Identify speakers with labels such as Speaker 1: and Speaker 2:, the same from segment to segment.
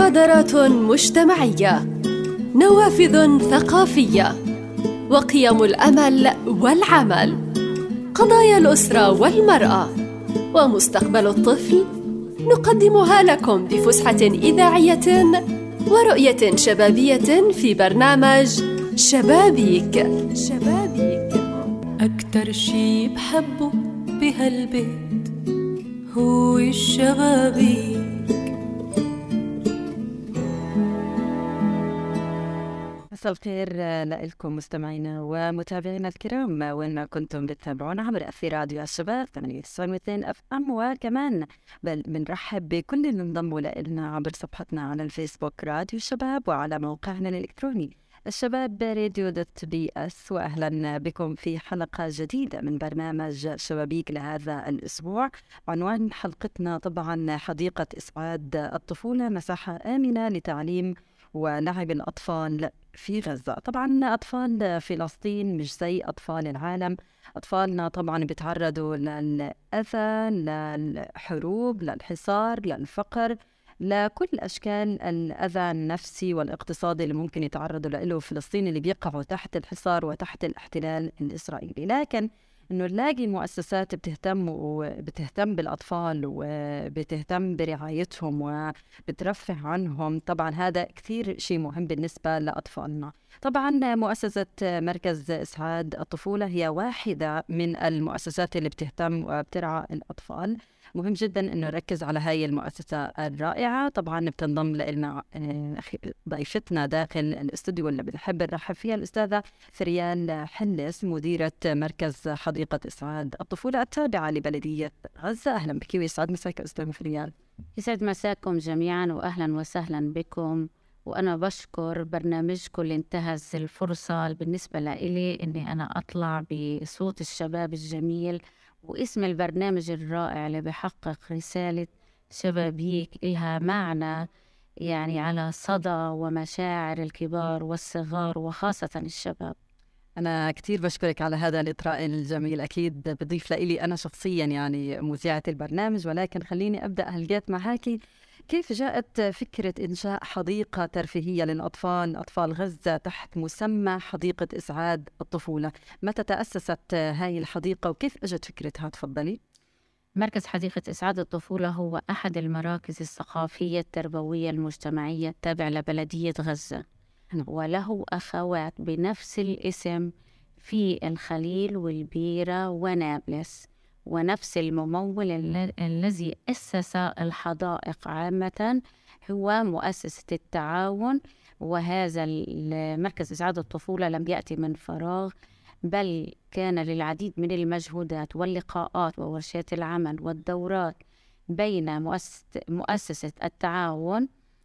Speaker 1: مبادرات مجتمعية، نوافذ ثقافية، وقيم الأمل والعمل، قضايا الأسرة والمرأة، ومستقبل الطفل، نقدمها لكم بفسحة إذاعية ورؤية شبابية في برنامج شبابيك.
Speaker 2: أكتر شي بحبه بهالبيت هو الشبابيك.
Speaker 3: مساء الخير لكم مستمعينا ومتابعينا الكرام، وين ما كنتم بتتابعونا عبر أثير راديو الشباب 98 اف ام، وكمان بنرحب بكل اللي انضموا لنا عبر صفحتنا على الفيسبوك راديو الشباب، وعلى موقعنا الإلكتروني الشباب راديو .bs. وأهلا بكم في حلقة جديدة من برنامج شبابيك لهذا الأسبوع. عنوان حلقتنا طبعا حديقة إسعاد الطفولة، مساحة آمنة لتعليم ولعب الأطفال في غزة. طبعا أطفال فلسطين مش زي أطفال العالم. أطفالنا طبعا بيتعرضوا للأذى، للحروب، للحصار، للفقر، لكل أشكال الأذى النفسي والاقتصادي اللي ممكن يتعرضوا له فلسطين اللي بيقعوا تحت الحصار وتحت الاحتلال الإسرائيلي. لكن إنه نلاقي مؤسسات بتهتم بالأطفال وبتهتم برعايتهم وبترفه عنهم، طبعا هذا كثير شيء مهم بالنسبة لأطفالنا. طبعا مؤسسة مركز إسعاد الطفولة هي واحدة من المؤسسات اللي بتهتم وبترعى الأطفال. مهم جدا إنه نركز على هاي المؤسسة الرائعة. طبعا بتنضم لنا ضيفتنا داخل الاستوديو اللي بنحب نرحب فيها الأستاذة فريال حلس، مديرة مركز حديقة إسعاد الطفولة التابعة لبلدية غزة. أهلا بك ويسعد مساك أستاذة فريال.
Speaker 4: يسعد مساكم جميعا وأهلا وسهلا بكم، وأنا بشكر برنامجكم اللي انتهز الفرصة بالنسبة لإلي إني أنا أطلع بصوت الشباب الجميل واسم البرنامج الرائع اللي بيحقق رسالة شبابيك إلها معنى يعني على صدى ومشاعر الكبار والصغار وخاصة الشباب.
Speaker 3: أنا كتير بشكرك على هذا الإطراء الجميل، أكيد بضيف لي أنا شخصيا يعني مذيعة البرنامج، ولكن خليني أبدأ هالجات معاكي. كيف جاءت فكرة إنشاء حديقة ترفيهية للأطفال، أطفال غزة، تحت مسمى حديقة إسعاد الطفولة؟ متى تأسست هاي الحديقة وكيف أجت فكرتها؟ تفضلي.
Speaker 4: مركز حديقة إسعاد الطفولة هو أحد المراكز الثقافية التربوية المجتمعية التابع لبلدية غزة، وله أخوات بنفس الاسم في الخليل والبيرة ونابلس، ونفس الممول الذي أسس الحدائق عامة هو مؤسسة التعاون. وهذا المركز إسعاد الطفولة لم يأتي من فراغ، بل كان للعديد من المجهودات واللقاءات وورشات العمل والدورات بين مؤسسة التعاون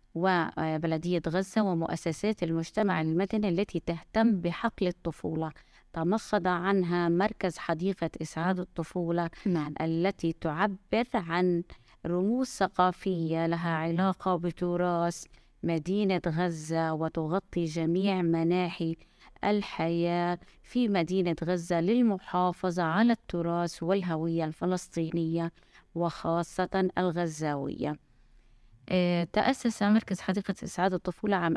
Speaker 4: وبلدية غزة ومؤسسات المجتمع المدني التي تهتم بحقل الطفولة. تمخض عنها مركز حديقة إسعاد الطفولة التي تعبر عن رموز ثقافية لها علاقة بتراث مدينة غزة وتغطي جميع مناحي الحياة في مدينة غزة للمحافظة على التراث والهوية الفلسطينية وخاصة الغزاوية. تأسس مركز حديقة إسعاد الطفولة عام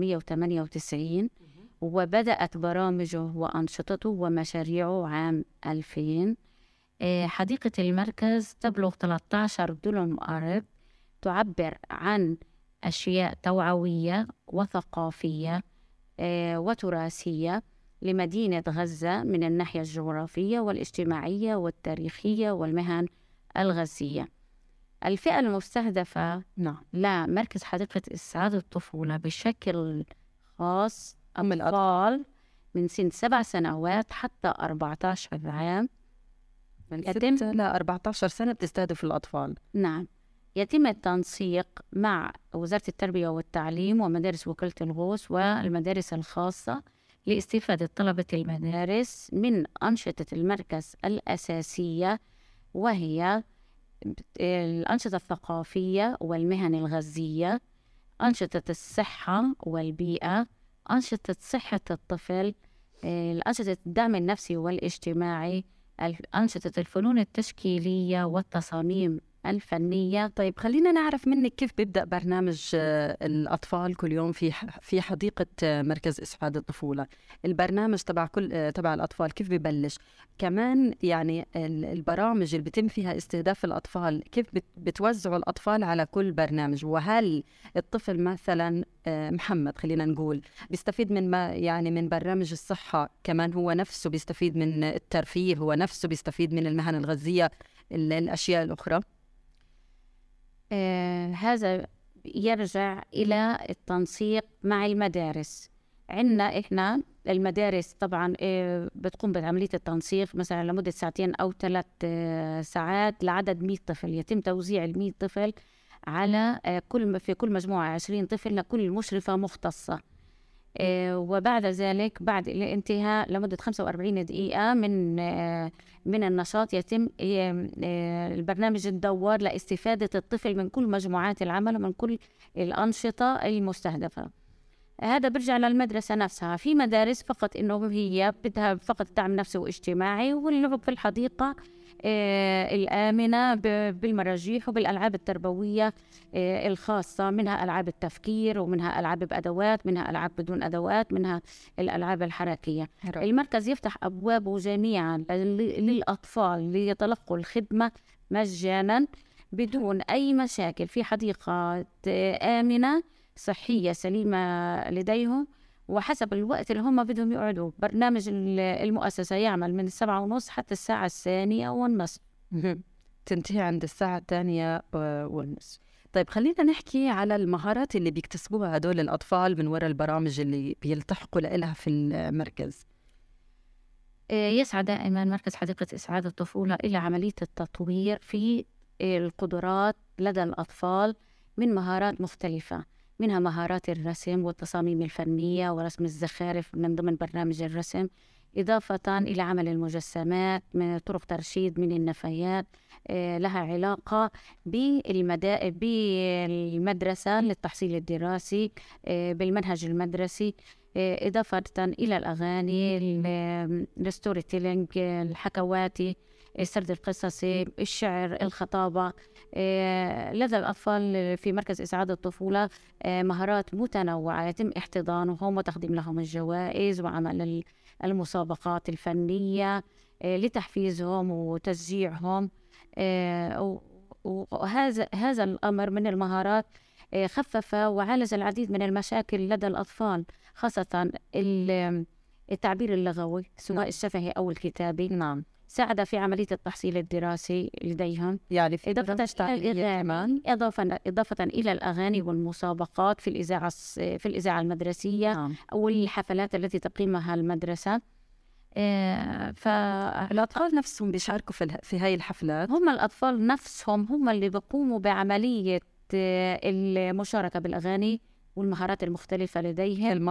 Speaker 4: 1998 وبدأت برامجه وأنشطته ومشاريعه عام 2000. حديقة المركز تبلغ 13 دلم أرض، تعبر عن أشياء توعوية وثقافية وتراثية لمدينة غزة من الناحية الجغرافية والاجتماعية والتاريخية والمهن الغزية. الفئة المستهدفة لمركز حديقة إسعاد الطفولة بشكل خاص أطفال من سن 7 سنوات حتى 14 عام.
Speaker 3: من 6 ل 14 سنة بتستهدف الأطفال.
Speaker 4: نعم، يتم التنسيق مع وزارة التربية والتعليم ومدارس وكالة الغوث والمدارس الخاصة لاستفادة طلبة المدارس من أنشطة المركز الأساسية، وهي الأنشطة الثقافية والمهن الغزية، أنشطة الصحة والبيئة، أنشطة صحة الطفل، أنشطة الدعم النفسي والاجتماعي، أنشطة الفنون التشكيلية والتصاميم الفنية.
Speaker 3: طيب خلينا نعرف منك كيف بيبدأ برنامج الأطفال كل يوم في حديقة مركز إسعاد الطفولة. البرنامج تبع الأطفال كيف ببلش؟ كمان يعني البرامج اللي بيتم فيها استهداف الأطفال كيف بتوزعوا الأطفال على كل برنامج؟ وهل الطفل مثلا محمد خلينا نقول بيستفيد من ما يعني من برنامج الصحة، كمان هو نفسه بيستفيد من الترفيه، هو نفسه بيستفيد من المهن الغذائية، الأشياء الأخرى؟
Speaker 4: هذا يرجع إلى التنسيق مع المدارس. عندنا إحنا المدارس طبعا بتقوم بعملية التنسيق مثلا لمدة 2 أو 3 ساعات لعدد 100 طفل. يتم توزيع 100 طفل على في كل مجموعة 20 طفل لكل مشرفة مختصة. وبعد ذلك بعد الانتهاء لمدة 45 دقيقة من النشاط يتم البرنامج الدور لاستفادة الطفل من كل مجموعات العمل ومن كل الأنشطة المستهدفة. هذا برجع للمدرسة نفسها. في مدارس فقط إنه هي بدها فقط دعم نفسي واجتماعي واللعب في الحديقة الآمنة بالمراجيح وبالألعاب التربوية الخاصة، منها ألعاب التفكير ومنها ألعاب بأدوات، منها ألعاب بدون أدوات، منها الألعاب الحركية. المركز يفتح أبوابه جميعا للأطفال ليتلقوا الخدمة مجانا بدون أي مشاكل في حديقة آمنة صحية سليمة لديهم، وحسب الوقت اللي هم بدهم يقعدوا. برنامج المؤسسة يعمل من 7:30 حتى 2:30.
Speaker 3: تنتهي عند 2:30. طيب خلينا نحكي على المهارات اللي بيكتسبوها هدول الأطفال من وراء البرامج اللي بيلتحقوا لها في المركز.
Speaker 4: يسعى دائما مركز حديقة إسعاد الطفولة إلى عملية التطوير في القدرات لدى الأطفال من مهارات مختلفة، منها مهارات الرسم والتصاميم الفنية ورسم الزخارف من ضمن برنامج الرسم، إضافة إلى عمل المجسمات، من طرق ترشيد من النفايات لها علاقة بالمدرسة للتحصيل الدراسي بالمنهج المدرسي، إضافة إلى الأغاني، الستوري تيلينج، الحكواتي، السرد القصصي، الشعر، الخطابة. لدى الأطفال في مركز إسعاد الطفولة مهارات متنوعة يتم احتضانهم وتقديم لهم الجوائز وعمل المسابقات الفنية لتحفيزهم وتشجيعهم. وهذا الأمر من المهارات خفف وعالج العديد من المشاكل لدى الأطفال، خاصة التعبير اللغوي سواء الشفهي أو الكتابي.
Speaker 3: نعم.
Speaker 4: ساعد في عملية التحصيل الدراسي لديهم،
Speaker 3: يعني في
Speaker 4: إضافة إلى الأغاني والمسابقات في الإذاعة المدرسية.
Speaker 3: نعم.
Speaker 4: أو الحفلات التي تقيمها المدرسة.
Speaker 3: فالأطفال نفسهم بيشاركوا في هاي الحفلات.
Speaker 4: هم الأطفال نفسهم هم اللي بيقوموا بعملية المشاركة بالأغاني والمهارات المختلفة لديهم،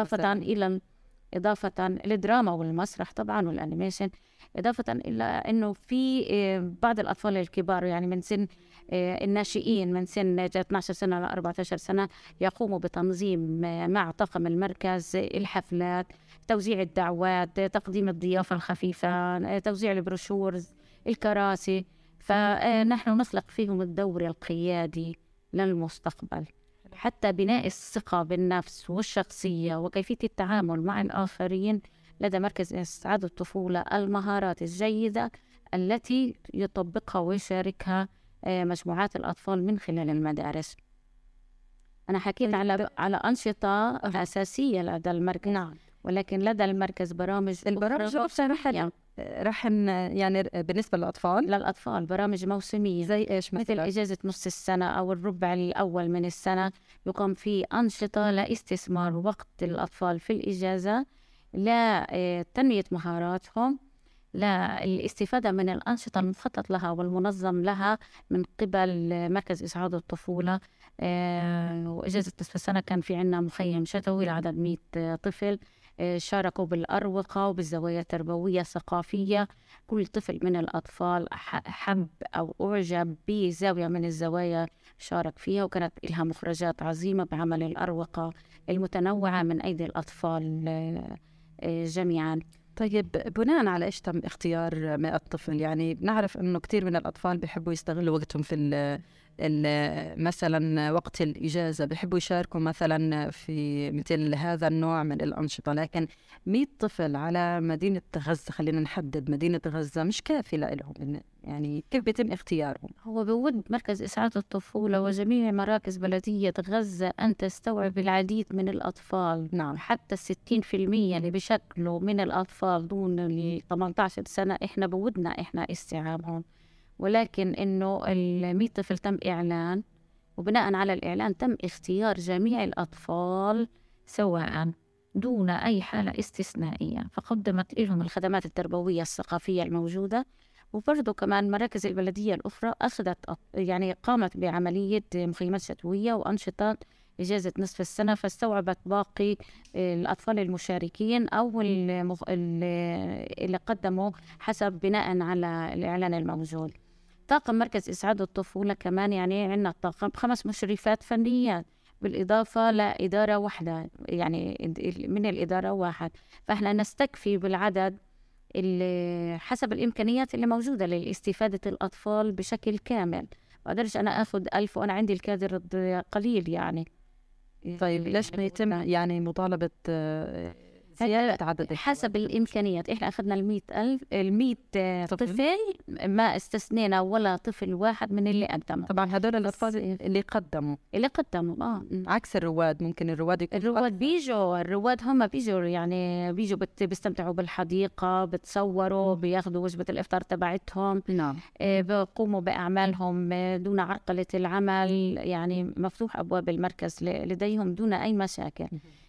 Speaker 4: إضافة للدراما والمسرح طبعا والأنيميشن، إضافة إلى أنه في بعض الأطفال الكبار يعني من سن الناشئين من سن 12 سنة ل 14 سنة يقوموا بتنظيم مع طاقم المركز الحفلات، توزيع الدعوات، تقديم الضيافة الخفيفة، توزيع البروشورز، الكراسي. فنحن نخلق فيهم الدور القيادي للمستقبل، حتى بناء الثقة بالنفس والشخصية وكيفية التعامل مع الآخرين. لدى مركز إسعاد الطفولة المهارات الجيدة التي يطبقها ويشاركها مجموعات الأطفال من خلال المدارس. أنا حكيت على أنشطة أساسية لدى المركز.
Speaker 3: نعم.
Speaker 4: ولكن لدى المركز البرامج
Speaker 3: راح يعني بالنسبة
Speaker 4: للأطفال برامج موسمية
Speaker 3: زي إيش
Speaker 4: مثل إجازة نص السنة أو الربع الأول من السنة. يقام في أنشطة لاستثمار وقت الأطفال في الإجازة لتنمية مهاراتهم، للاستفادة من الأنشطة المخطط لها والمنظم لها من قبل مركز إسعاد الطفولة. وإجازة نصف السنة كان في عنا مخيم شتوي لعدد 100 طفل شاركوا بالأروقة وبالزوايا التربوية الثقافية. كل طفل من الأطفال حب أو أعجب بزاوية من الزوايا شارك فيها، وكانت لها مخرجات عظيمة بعمل الأروقة المتنوعة من أيدي الأطفال جميعا.
Speaker 3: طيب بناء على إيش تم اختيار 100 طفل؟ يعني بنعرف إنه كتير من الأطفال بيحبوا يستغلوا وقتهم في مثلا وقت الإجازة، بيحبوا يشاركوا مثلا في مثل هذا النوع من الأنشطة، لكن 100 طفل على مدينة غزة، خلينا نحدد مدينة غزة، مش كافي لهم. يعني كيف بيتم اختيارهم؟
Speaker 4: هو بود مركز إسعاد الطفولة وجميع مراكز بلدية غزة أن تستوعب العديد من الأطفال.
Speaker 3: نعم.
Speaker 4: حتى 60% اللي بشكلوا من الأطفال دون ال 18 سنة إحنا بودنا إحنا استيعابهم، ولكن إنه ال100 طفل تم إعلان، وبناء على الإعلان تم اختيار جميع الأطفال سواء دون أي حالة استثنائية، فقدمت لهم الخدمات التربوية الثقافية الموجودة. وبرضه كمان مراكز البلدية الأخرى يعني قامت بعملية مخيمات شتوية وأنشطة إجازة نصف السنة، فاستوعبت باقي الأطفال المشاركين أو اللي قدموا حسب بناء على الإعلان الموجود. طاقم مركز إسعاد الطفولة كمان يعني عندنا طاقم 5 مشرفات فنيات بالإضافة لإدارة واحدة، يعني من الإدارة واحد، فإحنا نستكفي بالعدد اللي حسب الإمكانيات اللي موجودة لاستفادة الأطفال بشكل كامل. ما أقدرش أنا أخذ 1000 وأنا عندي الكادر قليل يعني.
Speaker 3: طيب ليش ما يتم يعني مطالبة زيادة عدد؟
Speaker 4: حسب الإمكانيات. إحنا أخذنا 100 طفل، ما استثنينا ولا طفل واحد من اللي قدموا.
Speaker 3: طبعا هدول الأطفال اللي قدموا عكس الرواد. ممكن الرواد
Speaker 4: الرواد هم بيجوا يعني بيجوا بيستمتعوا بالحديقة، بتصوروا، بياخدوا وجبة الإفطار تبعتهم.
Speaker 3: نعم.
Speaker 4: بيقوموا بأعمالهم دون عرقلة العمل، يعني مفتوح أبواب المركز لديهم دون أي مشاكل.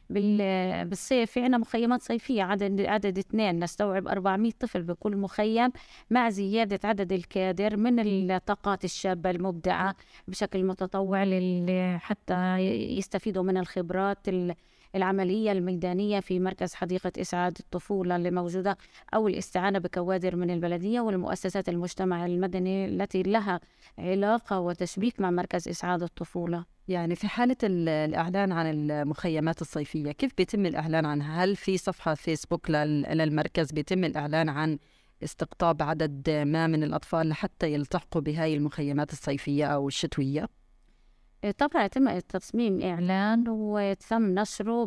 Speaker 4: بالصيف في عنا مخيمات صيفية عدد 2 نستوعب 400 طفل بكل مخيم، مع زيادة عدد الكادر من الطاقات الشابة المبدعة بشكل متطوع حتى يستفيدوا من الخبرات العملية الميدانية في مركز حديقة إسعاد الطفولة اللي موجودة، أو الاستعانة بكوادر من البلدية والمؤسسات المجتمع المدني التي لها علاقة وتشبيك مع مركز إسعاد الطفولة.
Speaker 3: يعني في حالة الإعلان عن المخيمات الصيفية كيف بيتم الإعلان عنها؟ هل في صفحة فيسبوك للمركز بيتم الإعلان عن استقطاب عدد ما من الأطفال لحتى يلتحقوا بهاي المخيمات الصيفية أو الشتوية؟
Speaker 4: طبعا يتم تصميم إعلان ويتم نشره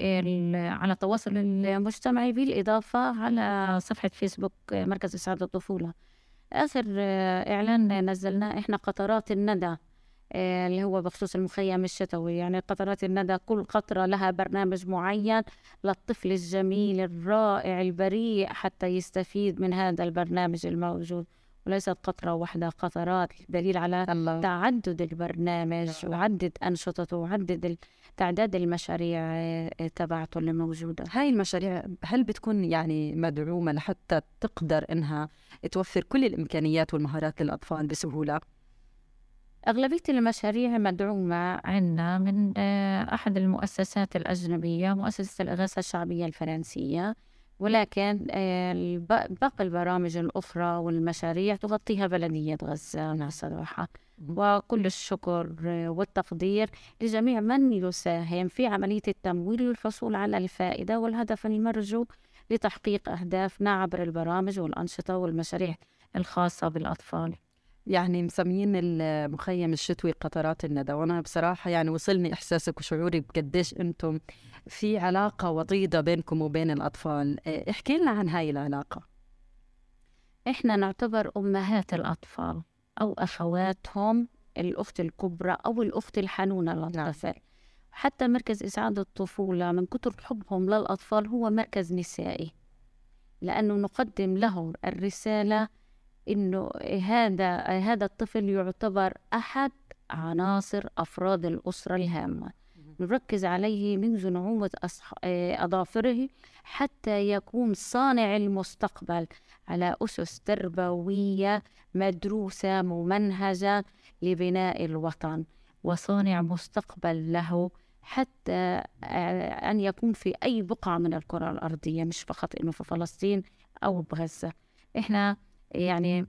Speaker 4: على التواصل المجتمعي، بالإضافة على صفحة فيسبوك مركز إسعاد الطفولة. آخر إعلان نزلناه إحنا قطرات الندى، اللي هو بخصوص المخيم الشتوي. يعني قطرات الندى كل قطرة لها برنامج معين للطفل الجميل الرائع البريء حتى يستفيد من هذا البرنامج الموجود، وليست قطرة واحدة، قطرات، دليل على تعدد البرنامج وعدد أنشطته وعدد تعداد المشاريع تبعته اللي موجودة.
Speaker 3: هاي المشاريع هل بتكون يعني مدعومة لحتى تقدر إنها توفر كل الإمكانيات والمهارات للأطفال بسهولة؟
Speaker 4: أغلبية المشاريع مدعومة عنا من أحد المؤسسات الأجنبية، مؤسسة الإغاثة الشعبية الفرنسية، ولكن باقي البرامج الأخرى والمشاريع تغطيها بلدية غزة صراحة. وكل الشكر والتقدير لجميع من يساهم في عملية التمويل للحصول على الفائدة والهدف المرجو لتحقيق أهدافنا عبر البرامج والأنشطة والمشاريع الخاصة بالأطفال.
Speaker 3: يعني مسميين المخيم الشتوي قطرات الندى، وأنا بصراحة يعني وصلني إحساسك وشعوري بقديش أنتم في علاقة وطيدة بينكم وبين الأطفال. احكي لنا عن هاي العلاقة.
Speaker 4: إحنا نعتبر أمهات الأطفال أو أخواتهم، الأخت الكبرى أو الأخت الحنونة للطفل. حتى مركز إسعاد الطفولة من كتر حبهم للأطفال هو مركز نسائي، لأنه نقدم له الرسالة إنه هذا الطفل يعتبر أحد عناصر أفراد الأسرة الهامة، نركز عليه منذ نعومة أظافره حتى يكون صانع المستقبل على أسس تربوية مدروسة ممنهجة لبناء الوطن، وصانع مستقبل له حتى أن يكون في أي بقعة من الكرة الأرضية، مش فقط إنه في فلسطين أو بغزة. إحنا يعني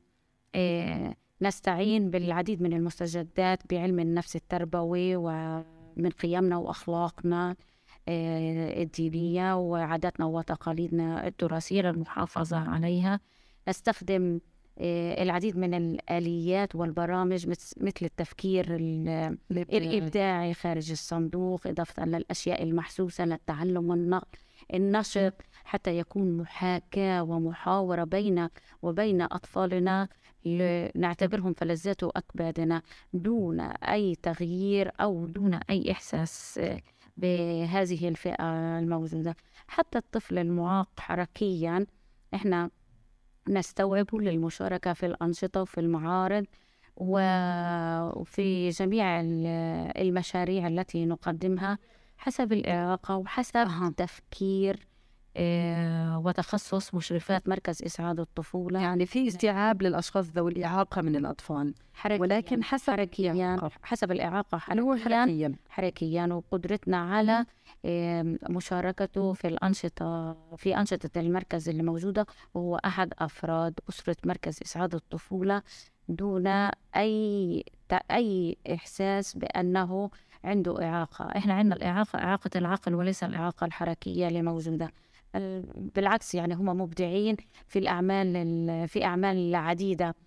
Speaker 4: نستعين بالعديد من المستجدات بعلم النفس التربوي ومن قيمنا وأخلاقنا، الدينية وعاداتنا وتقاليدنا التراثية للمحافظة عليها. نستخدم العديد من الآليات والبرامج مثل التفكير الإبداعي خارج الصندوق، إضافة للأشياء المحسوسة للتعلم والنقل النشط، حتى يكون محاكاة ومحاورة بين وبين أطفالنا نعتبرهم فلذات أكبادنا دون أي تغيير أو دون أي إحساس بهذه الفئة الموجودة. حتى الطفل المعاق حركيا إحنا نستوعبه للمشاركة في الأنشطة وفي المعارض وفي جميع المشاريع التي نقدمها حسب الإعاقة وحسب تفكير وتخصص مشرفات مركز إسعاد الطفولة.
Speaker 3: يعني في استيعاب للأشخاص ذوي الإعاقة من الأطفال، ولكن
Speaker 4: حسب الإعاقة حركيا وقدرتنا على مشاركته في الأنشطة في أنشطة المركز اللي موجودة، وهو أحد أفراد أسرة مركز إسعاد الطفولة دون أي إحساس بأنه عنده إعاقة. إحنا عندنا الإعاقة إعاقة العقل وليس الإعاقة الحركية اللي موجودة. بالعكس يعني هم مبدعين في أعمال عديدة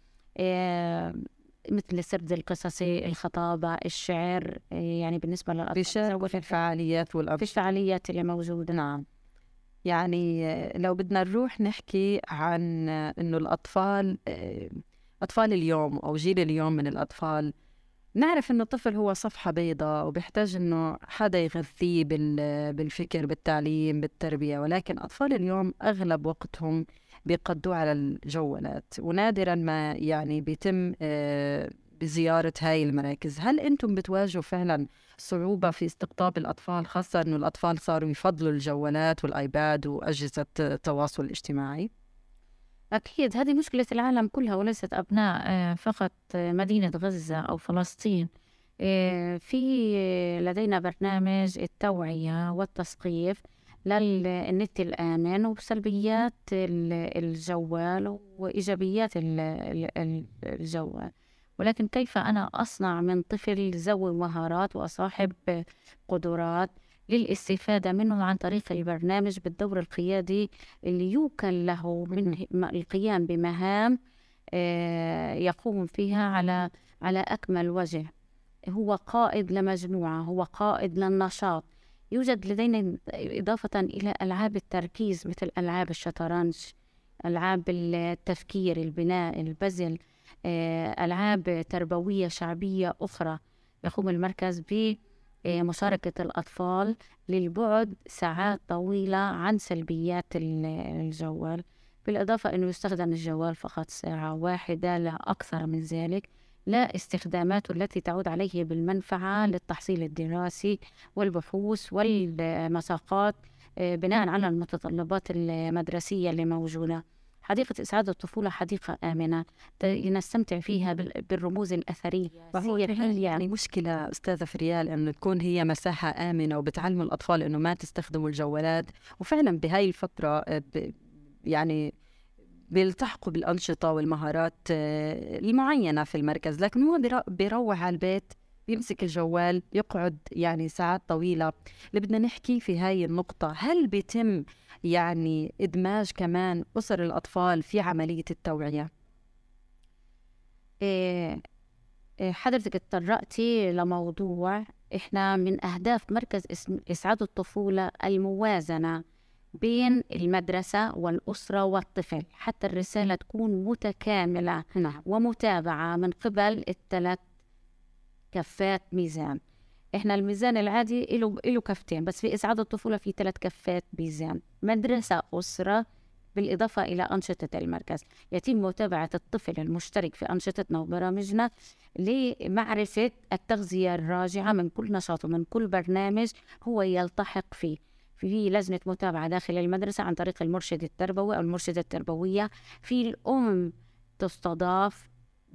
Speaker 4: مثل السرد القصصي، الخطابة، الشعر، يعني بالنسبة للأطفال
Speaker 3: بيشاركوا في الفعاليات
Speaker 4: في الفعاليات اللي موجودة.
Speaker 3: نعم. يعني لو بدنا نروح نحكي عن إنه الأطفال أطفال اليوم أو جيل اليوم من الأطفال، نعرف إنه الطفل هو صفحة بيضاء وبيحتاج إنه حدا يغذيه بالفكر، بالتعليم، بالتربية، ولكن أطفال اليوم أغلب وقتهم بيقضوا على الجوالات، ونادرا ما يعني بيتم بزيارة هاي المراكز. هل أنتم بتواجهوا فعلا صعوبة في استقطاب الأطفال، خاصة إنه الأطفال صاروا يفضلوا الجوالات والآيباد وأجهزة التواصل الاجتماعي؟
Speaker 4: أكيد هذه مشكلة العالم كلها وليست أبناء فقط مدينة غزة أو فلسطين. في لدينا برنامج التوعية والتثقيف للنت الآمن وسلبيات الجوال وإيجابيات الجوال، ولكن كيف أنا أصنع من طفل ذوي مهارات وصاحب قدرات للاستفادة منه عن طريق البرنامج بالدور القيادي اللي يوكل له من القيام بمهام يقوم فيها على أكمل وجه. هو قائد لمجموعة، هو قائد للنشاط. يوجد لدينا إضافة إلى ألعاب التركيز مثل ألعاب الشطرنج، ألعاب التفكير، البناء، البزل، ألعاب تربوية شعبية أخرى. يقوم المركز بمشاركة الأطفال للبعد ساعات طويلة عن سلبيات الجوال، بالإضافة أنه يستخدم الجوال فقط ساعة واحدة لا أكثر من ذلك، لا استخداماته التي تعود عليه بالمنفعة للتحصيل الدراسي والبحوث والمساقات بناء على المتطلبات المدرسية اللي موجودة. حديقة إسعاد الطفولة حديقة آمنة نستمتع فيها بالرموز الأثرية.
Speaker 3: يعني مشكلة أستاذة فريال أنه تكون هي مساحة آمنة وبتعلم الأطفال أنه ما تستخدموا الجوالات، وفعلا بهاي الفترة يعني بيلتحقوا بالأنشطة والمهارات المعينة في المركز، لكن هو بيروح على البيت بيمسك الجوال يقعد يعني ساعات طويلة. اللي بدنا نحكي في هاي النقطة، هل بيتم يعني إدماج كمان أسر الأطفال في عملية التوعية؟
Speaker 4: حضرتك اتطرقتي لموضوع إحنا من أهداف مركز إسعاد الطفولة الموازنة بين المدرسة والأسرة والطفل، حتى الرسالة تكون متكاملة ومتابعة من قبل الثلاث كفات ميزان. إحنا الميزان العادي له كفتين، بس في إسعاد الطفولة في 3 كفات ميزان، مدرسة، أسرة، بالإضافة إلى أنشطة المركز. يتم متابعة الطفل المشترك في أنشطتنا وبرامجنا لمعرفة التغذية الراجعة من كل نشاط ومن كل برنامج هو يلتحق فيه. في لجنة متابعة داخل المدرسة عن طريق المرشد التربوي أو المرشدة التربوية. في الأم تستضاف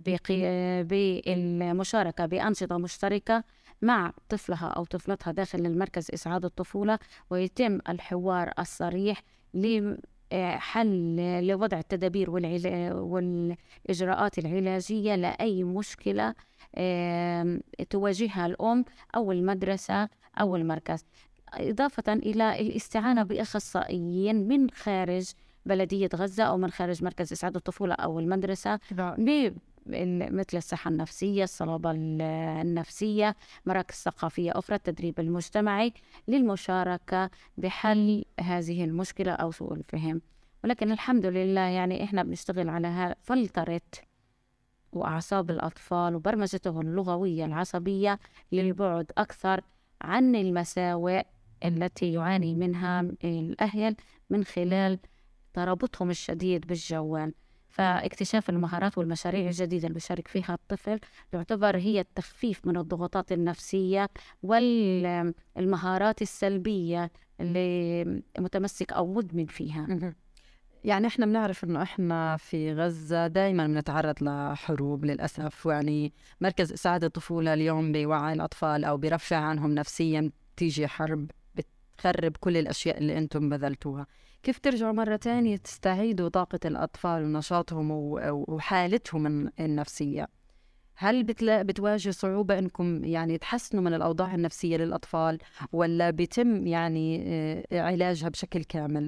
Speaker 4: بالمشاركة بأنشطة مشتركة مع طفلها أو طفلتها داخل المركز إسعاد الطفولة، ويتم الحوار الصريح لحل لوضع التدابير والإجراءات العلاجية لأي مشكلة تواجهها الأم أو المدرسة أو المركز. إضافة إلى الاستعانة بأخصائيين من خارج بلدية غزة أو من خارج مركز إسعاد الطفولة أو المدرسة، مثل الصحة النفسية، الصلابة النفسية، مراكز ثقافية أخرى، التدريب المجتمعي للمشاركة بحل هذه المشكلة أو سوء الفهم. ولكن الحمد لله يعني إحنا بنشتغل على فلترة وأعصاب الأطفال وبرمجتهم اللغوية العصبية للبعد أكثر عن المساوئ التي يعاني منها الأهل من خلال ترابطهم الشديد بالجوال. فاكتشاف المهارات والمشاريع الجديدة اللي بيشارك فيها الطفل يعتبر هي التخفيف من الضغوطات النفسية والمهارات السلبية اللي متمسك أو مدمن فيها.
Speaker 3: يعني احنا بنعرف انه احنا في غزة دائما بنتعرض لحروب للأسف، يعني مركز إسعاد الطفولة اليوم بيوعي الأطفال أو بيرفع عنهم نفسيا، تيجي حرب بتخرب كل الأشياء اللي انتم بذلتوها. كيف ترجعوا مرة تانية تستعيدوا طاقة الأطفال ونشاطهم وحالتهم النفسية؟ هل بتواجه صعوبة انكم يعني تحسنوا من الأوضاع النفسية للأطفال، ولا بيتم يعني علاجها بشكل كامل؟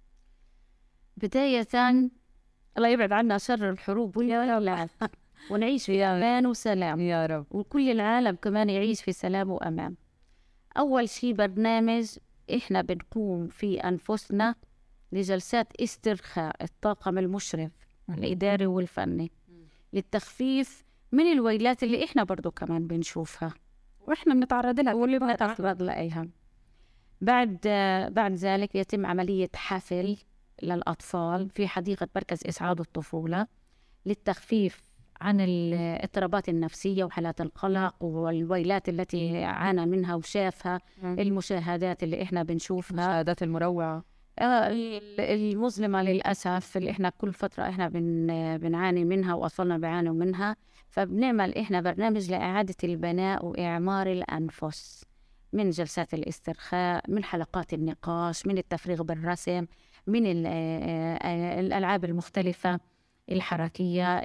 Speaker 4: بداية الله يبعد عنا شر الحروب والولع ونعيش في أمان وسلام
Speaker 3: يا رب،
Speaker 4: وكل العالم كمان يعيش في سلام وأمان. أول شيء برنامج إحنا بنقوم في أنفسنا لجلسات استرخاء الطاقم المشرف الإداري والفني للتخفيف من الويلات اللي إحنا برضو كمان بنشوفها
Speaker 3: وإحنا بنتعرض لها
Speaker 4: واللي بنتعرض لها. بعد ذلك يتم عملية حفل للأطفال في حديقة مركز إسعاد الطفولة للتخفيف عن الاضطرابات النفسية وحالات القلق والويلات التي عانى منها وشافها، المشاهدات اللي إحنا بنشوفها،
Speaker 3: المشاهدات المروعة
Speaker 4: المظلمة للأسف اللي إحنا كل فترة إحنا بنعاني منها وأطفالنا بيعانوا منها. فبنعمل إحنا برنامج لإعادة البناء وإعمار الأنفس من جلسات الاسترخاء، من حلقات النقاش، من التفريغ بالرسم، من الألعاب المختلفة الحركية،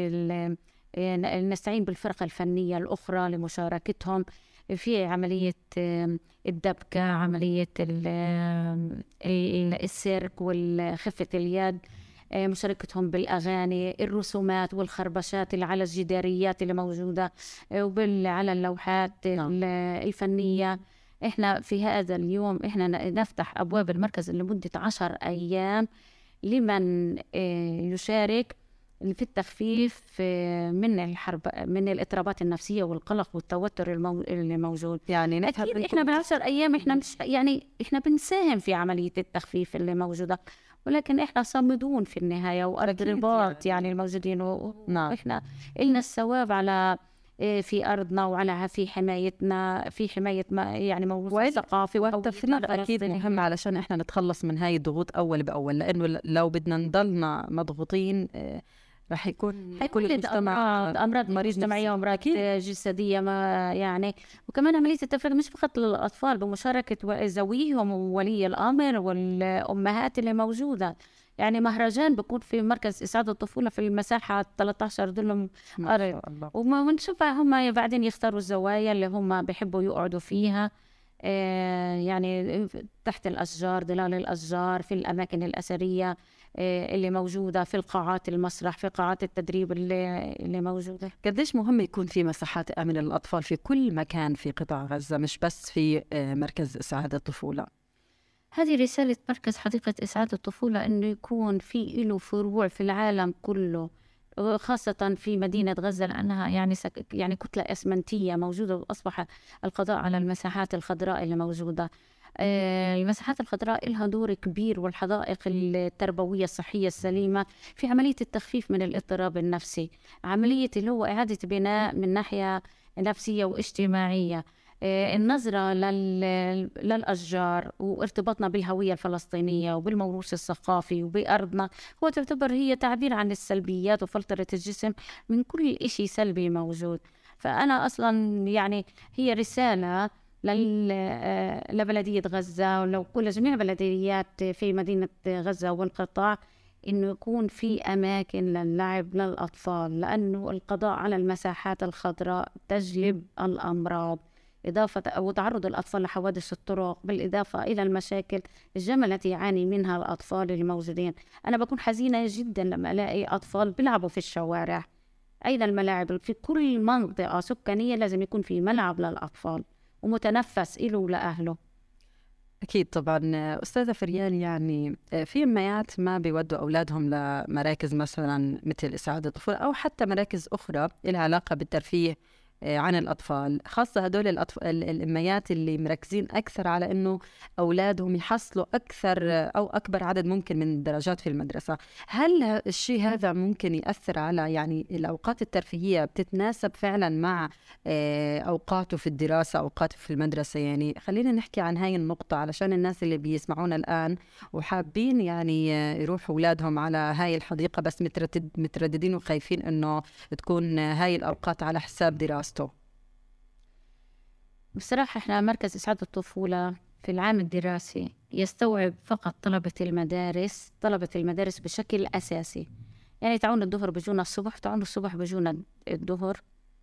Speaker 4: نستعين بالفرقة الفنية الأخرى لمشاركتهم في عملية الدبكة، عملية السيرك والخفة اليد، مشاركتهم بالأغاني، الرسومات والخربشات اللي على الجداريات اللي موجودة وعلى اللوحات الفنية. إحنا في هذا اليوم إحنا نفتح أبواب المركز لمدة 10 أيام لمن يشارك في التخفيف من الاضطرابات النفسية والقلق والتوتر اللي موجود.
Speaker 3: يعني
Speaker 4: أكيد إحنا ب10 أيام إحنا مش يعني إحنا بنساهم في عملية التخفيف اللي موجودة، ولكن إحنا صامدون في النهاية وأرض رباط يعني الموجودين وإحنا إلنا الثواب على في أرضنا وعلى في حمايتنا، في حماية يعني موضوع الثقافة
Speaker 3: والتفريغ أكيد مهم علشان إحنا نتخلص من هاي الضغوط أول بأول، لأنه لو بدنا نضلنا مضغوطين رح يكون كل المجتمع
Speaker 4: أمراض مجتمعية وأمراض جسدية ما يعني. وكمان عملية التفريغ مش فقط للأطفال، بمشاركة ذويهم وولي الأمر والأمهات اللي موجودة. يعني مهرجان بكون في مركز إسعاد الطفولة في المساحة 13 دلم أرض، ونشوفها هم بعدين يختاروا الزوايا اللي هم بيحبوا يقعدوا فيها، يعني تحت الأشجار، ظلال الأشجار، في الأماكن الأثرية اللي موجودة، في القاعات المسرح، في قاعات التدريب اللي موجودة.
Speaker 3: قديش مهم يكون في مساحات آمنة للأطفال في كل مكان في قطاع غزة، مش بس في مركز إسعاد الطفولة؟
Speaker 4: هذه رسالة مركز حديقة إسعاد الطفولة، إنه يكون في له فروع في العالم كله، خاصة في مدينة غزة لأنها يعني كتلة أسمنتية موجودة، وأصبح القضاء على المساحات الخضراء اللي موجودة. المساحات الخضراء لها دور كبير، والحدائق التربوية الصحية السليمة في عملية التخفيف من الاضطراب النفسي، عملية اللي هو إعادة بناء من ناحية نفسية واجتماعية. النظرة للأشجار وارتباطنا بالهوية الفلسطينية وبالموروث الثقافي وبأرضنا هو تعتبر هي تعبير عن السلبيات وفلترة الجسم من كل إشي سلبي موجود. فأنا أصلا يعني هي رسالة لبلدية غزة ولو كل جميع بلديات في مدينة غزة والقطاع، إنه يكون في أماكن للعب للأطفال، لأنه القضاء على المساحات الخضراء تجلب الأمراض. إضافة وتعرض الأطفال لحوادث الطرق، بالإضافة إلى المشاكل الجمة التي يعاني منها الأطفال الموجودين. أنا بكون حزينة جدا لما ألاقي أطفال بيلعبوا في الشوارع. أين الملاعب؟ في كل منطقة سكانية لازم يكون في ملعب للأطفال ومتنفس إله ولأهله.
Speaker 3: أكيد طبعا. أستاذة فريال، يعني في أمهات ما بيودوا أولادهم لمراكز مثلا مثل إسعاد الطفولة أو حتى مراكز أخرى لها علاقة بالترفيه عن الأطفال، خاصة هدول الأميات اللي مركزين أكثر على أنه أولادهم يحصلوا أكثر أو أكبر عدد ممكن من الدرجات في المدرسة. هل الشيء هذا ممكن يأثر على يعني الأوقات الترفيهية بتتناسب فعلا مع أوقاته في الدراسة، أوقاته في المدرسة؟ يعني خلينا نحكي عن هاي النقطة علشان الناس اللي بيسمعونا الآن وحابين يعني يروحوا أولادهم على هاي الحديقة بس مترددين وخايفين أنه تكون هاي الأوقات على حساب دراسة.
Speaker 4: بصراحة إحنا مركز إسعاد الطفولة في العام الدراسي يستوعب فقط طلبة المدارس بشكل أساسي. يعني تعون الظهر بيجونا الصبح، تعون الصبح بيجونا الظهر.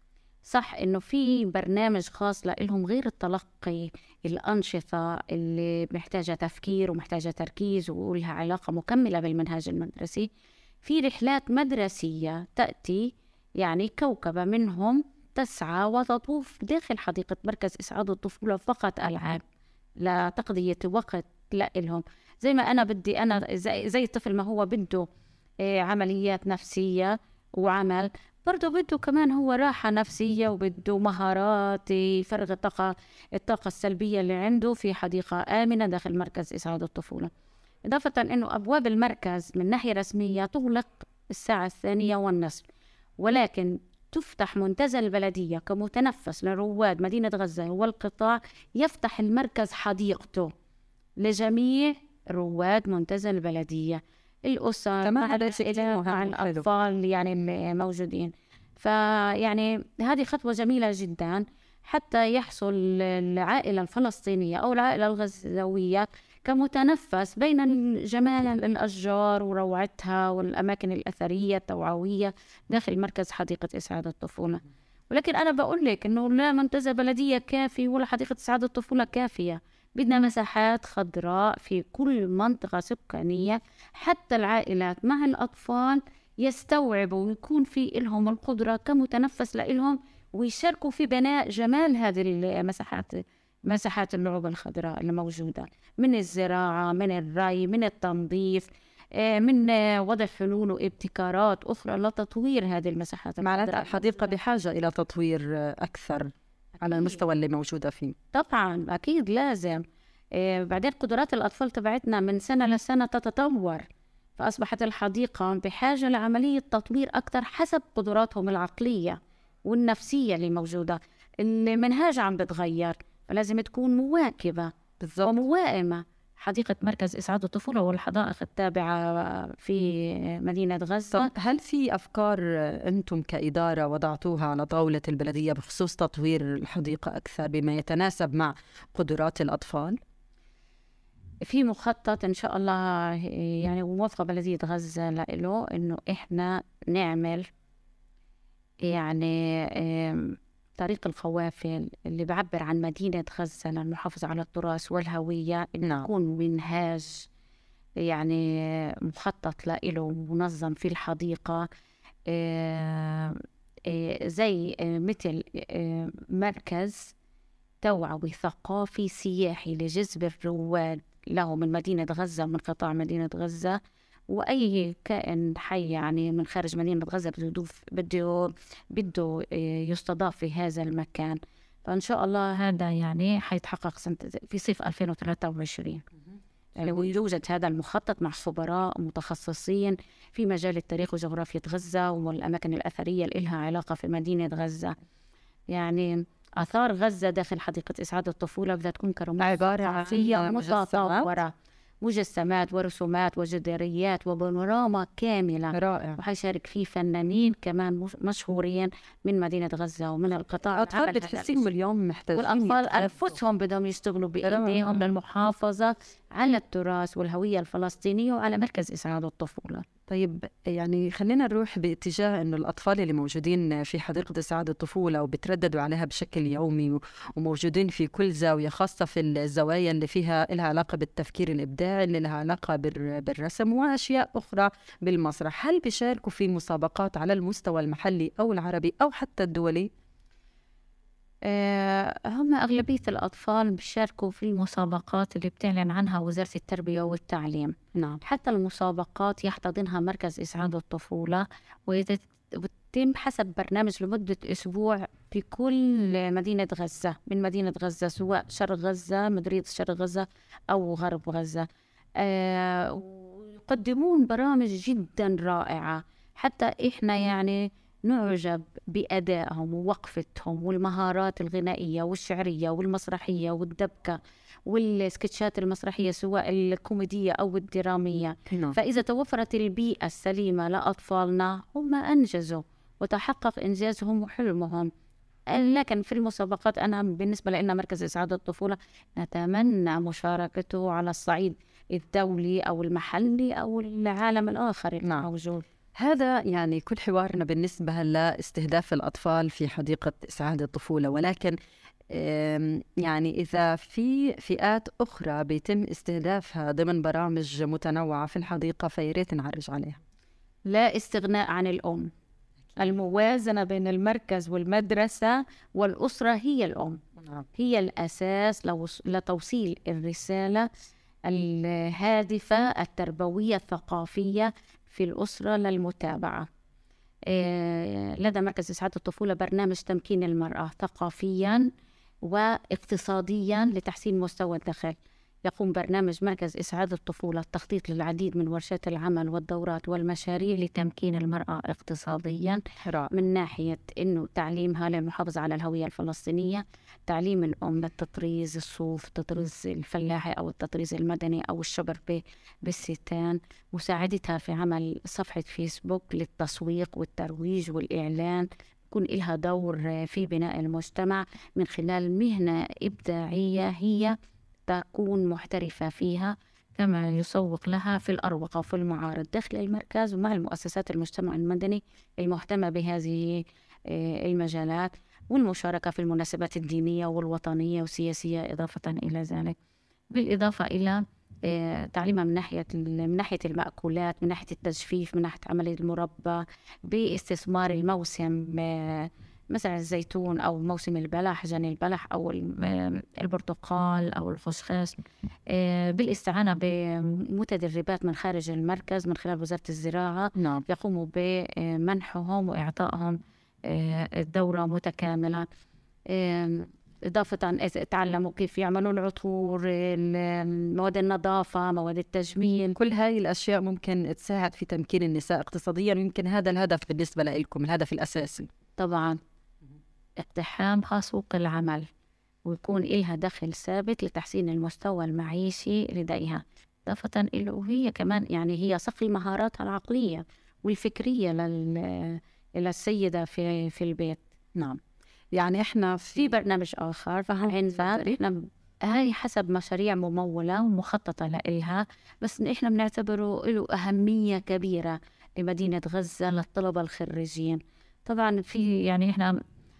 Speaker 4: صح إنه في برنامج خاص لهم غير التلقي، الأنشطة اللي محتاجة تفكير ومحتاجة تركيز ولها علاقة مكملة بالمنهاج المدرسي. في رحلات مدرسية تأتي يعني كوكبة منهم تسعى وتطوف داخل حديقة مركز إسعاد الطفولة فقط ألعاب لتقضية وقت لهم. زي ما أنا بدي، أنا زي الطفل ما هو بده عمليات نفسية وعمل، برضه بده كمان هو راحة نفسية وبده مهارات يفرغ الطاقة السلبية اللي عنده في حديقة آمنة داخل مركز إسعاد الطفولة. إضافة أنه أبواب المركز من ناحية رسمية تغلق الساعة 2:30، ولكن تفتح منتزه البلدية كمتنفس لرواد مدينة غزة والقطاع. يفتح المركز حديقته لجميع رواد منتزه البلدية، الأسر مع الأطفال يعني موجودين. فيعني هذه خطوة جميلة جدا حتى يحصل العائلة الفلسطينية أو العائلة الغزاوية كمتنفس بين جمال الأشجار وروعتها والأماكن الأثرية التوعوية داخل مركز حديقة إسعاد الطفولة. ولكن أنا بقول لك إنه لا منتزه بلدية كافي ولا حديقة إسعاد الطفولة كافية. بدنا مساحات خضراء في كل منطقة سكانية حتى العائلات مع الأطفال يستوعبوا ويكون في لهم القدرة كمتنفس لهم ويشاركوا في بناء جمال هذه المساحات، مساحات اللعب الخضراء اللي موجودة، من الزراعة، من الري، من التنظيف، من وضع حلول وابتكارات أخرى لتطوير هذه المساحات.
Speaker 3: معناتها الحديقة بحاجة إلى تطوير أكثر على المستوى اللي موجودة فيه.
Speaker 4: طبعا أكيد لازم. بعدين قدرات الأطفال تبعتنا من سنة لسنة تتطور، فأصبحت الحديقة بحاجة لعملية تطوير أكثر حسب قدراتهم العقلية والنفسية اللي موجودة. المنهاج عم بتغير، فلازم تكون مواكبة وموائمة. حديقة مركز إسعاد الطفولة والحدائق التابعة في مدينة غزة.
Speaker 3: هل في أفكار أنتم كإدارة وضعتوها على طاولة البلدية بخصوص تطوير الحديقة أكثر بما يتناسب مع قدرات الأطفال؟
Speaker 4: في مخطط إن شاء الله يعني موافقة بلدية غزة له إنه إحنا نعمل يعني طريق القوافل اللي بعبر عن مدينة غزة للمحافظة على التراث والهوية، إنه يكون منهاج يعني مخطط له منظم في الحديقة، زي مثل مركز توعوي ثقافي سياحي لجذب الرواد له من مدينة غزة ومن قطاع مدينة غزة وأي كائن حي يعني من خارج مدينة غزة بده يستضاف في هذا المكان. فإن شاء الله هذا يعني حيتحقق في صيف 2023. يعني ويوجد هذا المخطط مع خبراء متخصصين في مجال التاريخ وجغرافية غزة والأماكن الأثرية اللي لها علاقة في مدينة غزة. يعني آثار غزة داخل حديقة إسعاد الطفولة بدها تكون
Speaker 3: عبارة عن
Speaker 4: مجسمات ورسومات وجداريات وبانوراما كاملة.
Speaker 3: رائع.
Speaker 4: وحيشارك فيه فنانين كمان مشهورين من مدينة غزة ومن القطاع.
Speaker 3: الأطفال بتحسيهم اليوم محتاجين،
Speaker 4: والأطفال أنفسهم بدهم يشتغلوا بإيديهم للمحافظة على التراث والهوية الفلسطينية وعلى مركز إسعاد الطفولة.
Speaker 3: طيب يعني خلينا نروح باتجاه إنه الأطفال اللي موجودين في حديقة إسعاد الطفولة وبترددوا عليها بشكل يومي وموجودين في كل زاوية، خاصة في الزوايا اللي فيها لها علاقة بالتفكير الإبداعي، اللي لها علاقة بالرسم وأشياء أخرى بالمسرح، هل بيشاركوا في مسابقات على المستوى المحلي أو العربي أو حتى الدولي؟
Speaker 4: هم أغلبية الأطفال بيشاركوا في المسابقات اللي بتعلن عنها وزارة التربية والتعليم.
Speaker 3: نعم.
Speaker 4: حتى المسابقات يحتضنها مركز إسعاد الطفولة، وتتم حسب برنامج لمدة أسبوع في كل مدينة غزة، من مدينة غزة سواء شرق غزة، مديرية شرق غزة أو غرب غزة. ويقدمون برامج جدا رائعة، حتى إحنا يعني نعجب بأدائهم ووقفتهم والمهارات الغنائية والشعرية والمسرحية والدبكة والسكتشات المسرحية سواء الكوميدية أو الدرامية. فإذا توفرت البيئة السليمة لأطفالنا هم أنجزوا وتحقق إنجازهم وحلمهم. لكن في المسابقات أنا بالنسبة لنا مركز إسعاد الطفولة نتمنى مشاركته على الصعيد الدولي أو المحلي أو العالم الآخر الموجود.
Speaker 3: هذا يعني كل حوارنا بالنسبة لاستهداف الأطفال في حديقة إسعاد الطفولة، ولكن يعني إذا في فئات أخرى بيتم استهدافها ضمن برامج متنوعة في الحديقة فياريت نعرج عليها.
Speaker 4: لا استغناء عن الأم. الموازنة بين المركز والمدرسة والأسرة هي الأم. هي الأساس لتوصيل الرسالة الهادفة التربوية الثقافية في الأسرة للمتابعة. لدى مركز إسعاد الطفولة برنامج تمكين المرأة ثقافياً واقتصادياً لتحسين مستوى الدخل. يقوم برنامج مركز إسعاد الطفولة التخطيط للعديد من ورشات العمل والدورات والمشاريع لتمكين المرأة اقتصادياً، من ناحية إنه تعليمها للمحافظة على الهوية الفلسطينية، تعليم الأم للتطريز الصوف، التطريز الفلاحي أو التطريز المدني أو الشبر بالستان، مساعدتها في عمل صفحة فيسبوك للتسويق والترويج والإعلان، يكون لها دور في بناء المجتمع من خلال مهنة إبداعية هي تكون محترفة فيها، كما يسوق لها في الأروقة وفي المعارض داخل المركز ومع المؤسسات المجتمع المدني المهتمة بهذه المجالات، والمشاركة في المناسبات الدينية والوطنية والسياسية إضافة إلى ذلك، بالإضافة إلى تعليمها من ناحية المأكولات، من ناحية التجفيف، من ناحية عمل المربى، باستثمار الموسم مثلا الزيتون أو موسم البلح، جني البلح أو البرتقال أو الخشخاش، بالاستعانة بمتدربات من خارج المركز من خلال وزارة الزراعة. يقوموا بمنحهم وإعطائهم الدورة متكاملة، إضافة تعلموا كيف يعملوا العطور، مواد النظافة، مواد التجميل.
Speaker 3: كل هاي الأشياء ممكن تساعد في تمكين النساء اقتصاديا، ويمكن هذا الهدف بالنسبة لكم، الهدف الأساسي.
Speaker 4: طبعا اقتحامها سوق العمل ويكون إلها دخل ثابت لتحسين المستوى المعيشي لديها، إضافة إلى وهي كمان يعني هي صقل مهاراتها العقلية والفكرية للسيدة في البيت.
Speaker 3: نعم. يعني إحنا
Speaker 4: في برنامج آخر إحنا هاي حسب مشاريع ممولة ومخططة لإلها، بس إحنا بنعتبره له أهمية كبيرة لمدينة غزة للطلبة الخريجين. طبعا في يعني إحنا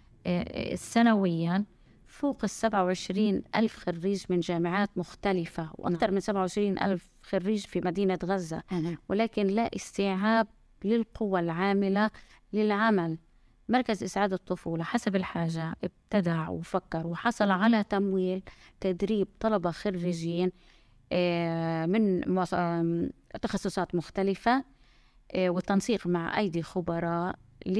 Speaker 4: سنويا فوق 27,000 خريج من جامعات مختلفة، وأكثر من 27,000 خريج في مدينة غزة، ولكن لا استيعاب للقوى العاملة للعمل. مركز إسعاد الطفولة حسب الحاجة ابتدع وفكر وحصل على تمويل تدريب طلبة خريجين من تخصصات مختلفة، والتنسيق مع أيدي خبراء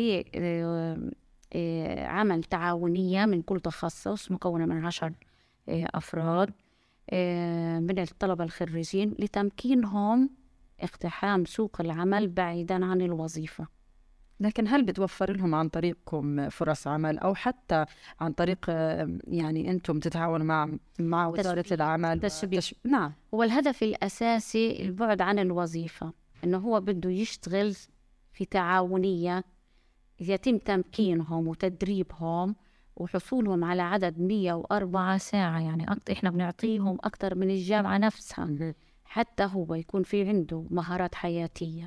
Speaker 4: لعمل تعاونية من كل تخصص مكونة من 10 أفراد من الطلبة الخريجين لتمكينهم اقتحام سوق العمل بعيدا عن الوظيفة.
Speaker 3: لكن هل بتوفر لهم عن طريقكم فرص عمل أو حتى عن طريق يعني أنتم تتعاونوا مع وزارة العمل؟
Speaker 4: نعم. هو الهدف الأساسي البعد عن الوظيفة، إنه هو بده يشتغل في تعاونية يتم تمكينهم وتدريبهم وحصولهم على عدد 104 ساعة، يعني إحنا بنعطيهم أكتر من الجامعة نفسها، حتى هو يكون في عنده مهارات حياتية،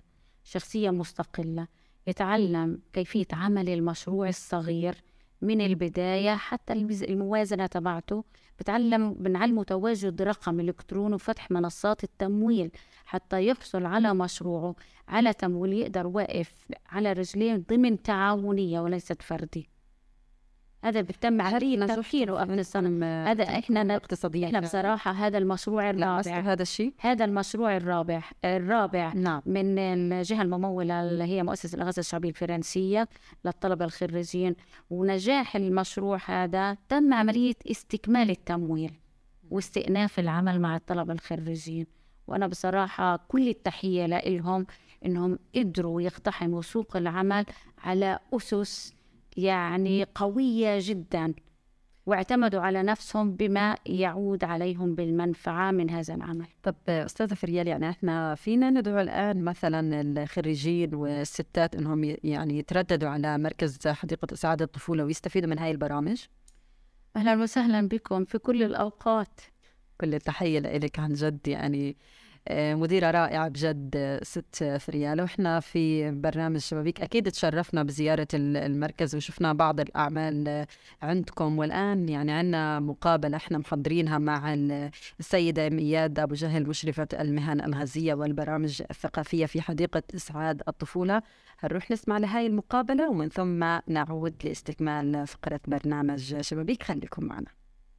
Speaker 4: شخصية مستقلة، يتعلم كيفية عمل المشروع الصغير من البداية حتى الموازنة تبعته. بنعلمه تواجد رقم إلكتروني وفتح منصات التمويل حتى يحصل على مشروعه على تمويل يقدر واقف على رجلين ضمن تعاونية وليست فردي. هذا بتم عملية تفكير وقبل الصنم. هذا احنا بصراحة هذا المشروع الرابع. هذا المشروع الرابع
Speaker 3: نعم.
Speaker 4: من الجهة الممولة اللي هي مؤسسة الإغاثة الشعبية الفرنسية للطلبة الخريجين. ونجاح المشروع هذا تم عملية استكمال التمويل واستئناف العمل مع الطلبة الخريجين. وأنا بصراحة كل التحية لهم إنهم قدروا يقتحموا سوق العمل على أسس يعني قوية جدا، واعتمدوا على نفسهم بما يعود عليهم بالمنفعة من هذا العمل.
Speaker 3: طب أستاذة فريال، يعني إحنا فينا ندعو الآن مثلا الخريجين والستات إنهم يعني يترددوا على مركز حديقة إسعاد الطفولة ويستفيدوا من هاي البرامج؟
Speaker 4: أهلا وسهلا بكم في كل الأوقات.
Speaker 3: كل التحية لك عن جد، يعني مديرة رائعة بجد ست فريال. وإحنا في برنامج شبابيك أكيد تشرفنا بزيارة المركز وشفنا بعض الأعمال عندكم. والآن يعني عنا مقابلة إحنا محضرينها مع السيدة مياد أبو جهل، مشرفة المهن الغازية والبرامج الثقافية في حديقة إسعاد الطفولة. هنروح نسمع لهاي المقابلة ومن ثم نعود لاستكمال فقرة برنامج شبابيك. خليكم معنا.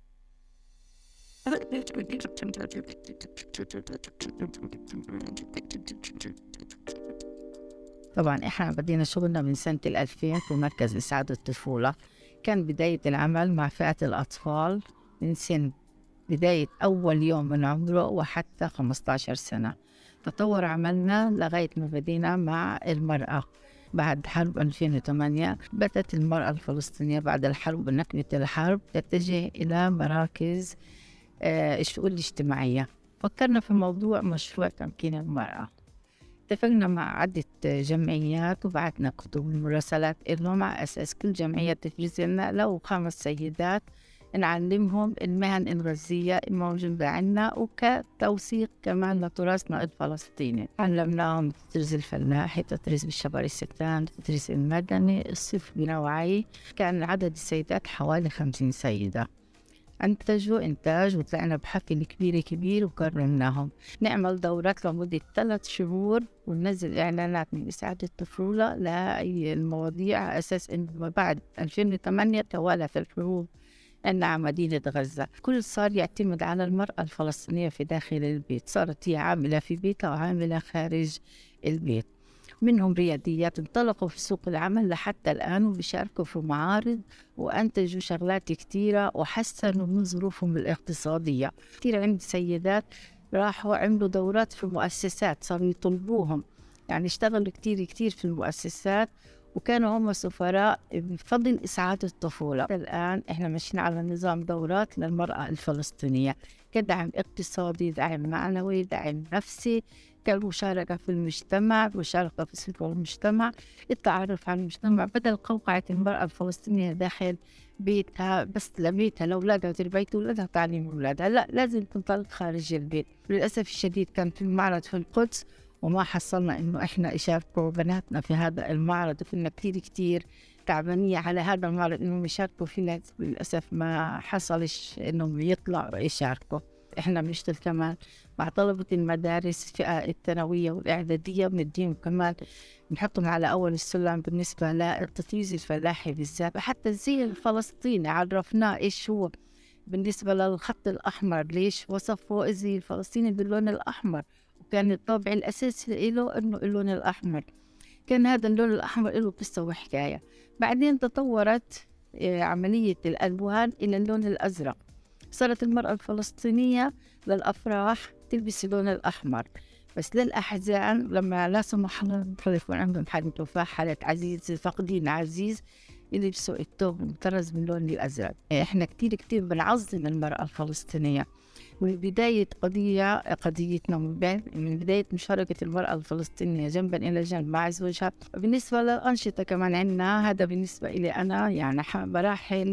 Speaker 5: طبعا احنا بدينا شغلنا من سنة 2000 في مركز إسعاد الطفولة. كان بداية العمل مع فئة الأطفال من سن بداية أول يوم من عمره وحتى 15 سنة. تطور عملنا لغاية ما بدينا مع المرأة. بعد حرب 2008 بدأت المرأة الفلسطينية بعد الحرب ونكبة الحرب تتجه إلى مراكز الشؤون الاجتماعية. فكرنا في موضوع مشروع تمكين المرأة. اتفقنا مع عدة جمعيات وبعتنا كتب ومراسلات لهم على أساس كل جمعية تفرز لنا لو 5 سيدات نعلمهم المهن الغازية الموجودة عنا وكتوثيق كمان لتراثنا الفلسطيني. علمناهم التطريز الفلاحي، التطريز بالشبر الستان، التطريز المدني، الصف بنوعي. كان عدد السيدات حوالي 50 سيدة. أنتجوا إنتاج وطلعنا بحفل كبير وكرمناهم. نعمل دورات لمدة 3 شهور وننزل إعلانات من إسعاد الطفولة للمواضيع على أساس إنه بعد 2008 توالت الحروب عن مدينة غزة. كل صار يعتمد على المرأة الفلسطينية في داخل البيت. صارت هي عاملة في بيتها وعاملة خارج البيت. منهم رياديات انطلقوا في سوق العمل لحتى الآن وبيشاركوا في معارض وأنتجوا شغلات كتيرة وحسنوا من ظروفهم الاقتصادية. كتير عندي سيدات راحوا عملوا دورات في مؤسسات صاروا يطلبوهم، يعني اشتغلوا كتير في المؤسسات وكانوا هم سفراء بفضل إسعاد الطفولة. الآن إحنا ماشيين على نظام دورات للمرأة الفلسطينية كدعم اقتصادي، دعم معنوي، دعم نفسي، كالمشاركة في المجتمع، مشاركة في سلوك المجتمع، التعرف على المجتمع، بدل قوقعة المرأة الفلسطينية داخل بيتها بس لبيتها لأولادها وتربية أولادها تعليم أولادها. لا، لازم تنطلق خارج البيت. للأسف الشديد كان في معرض في القدس وما حصلنا إنه إحنا يشاركوا بناتنا في هذا المعرض، وكنا كتير تعبانية على هذا المعرض إنهم يشاركوا فيه. للأسف ما حصلش إنهم يطلعوا يشاركوا. إحنا بنشتغل كمان مع طلبة المدارس الفئة الثانوية والإعدادية، بنديهم كمان بنحطهم على أول السلم بالنسبة للتطريز الفلاحي بالذات. حتى الزي الفلسطيني عرفناه إيش هو بالنسبة للخط الأحمر، ليش وصفوا الزي الفلسطيني باللون الأحمر، وكان الطابع الأساسي له إنه اللون الأحمر. كان هذا اللون الأحمر له قصة وحكاية. بعدين تطورت عملية الألوان إلى اللون الأزرق. صارت المرأة الفلسطينية للأفراح تلبس اللون الأحمر، بس للأحزان لما لا سمح الله يكون عندهم حالة وفاة، حالة عزيز، فقدين عزيز، يلبسوا الثوب المطرز باللون الأزرق. إحنا كتير بنعظم المرأة الفلسطينية. من بداية قضيتنا من بداية مشاركة المرأة الفلسطينية جنبا إلى جنب مع زوجها. بالنسبة للأنشطة كمان عنا، هذا بالنسبة إلي أنا يعني براحل